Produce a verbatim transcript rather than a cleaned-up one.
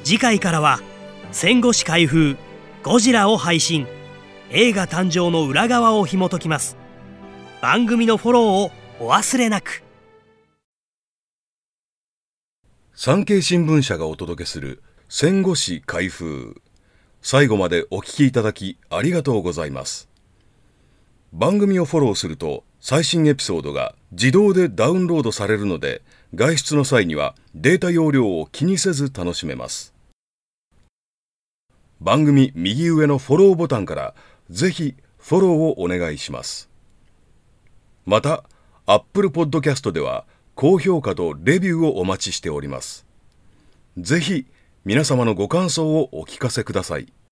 次回からは戦後史開封ゴジラを配信。映画誕生の裏側を紐解きます。番組のフォローをお忘れなく。 産経新聞社がお届けする戦後史開封。最後までお聞きいただきありがとうございます。番組をフォローすると最新エピソードが自動でダウンロードされるので、外出の際にはデータ容量を気にせず楽しめます。番組右上のフォローボタンからぜひフォローをお願いします。また、Apple Podcast では高評価とレビューをお待ちしております。ぜひ皆様のご感想をお聞かせください。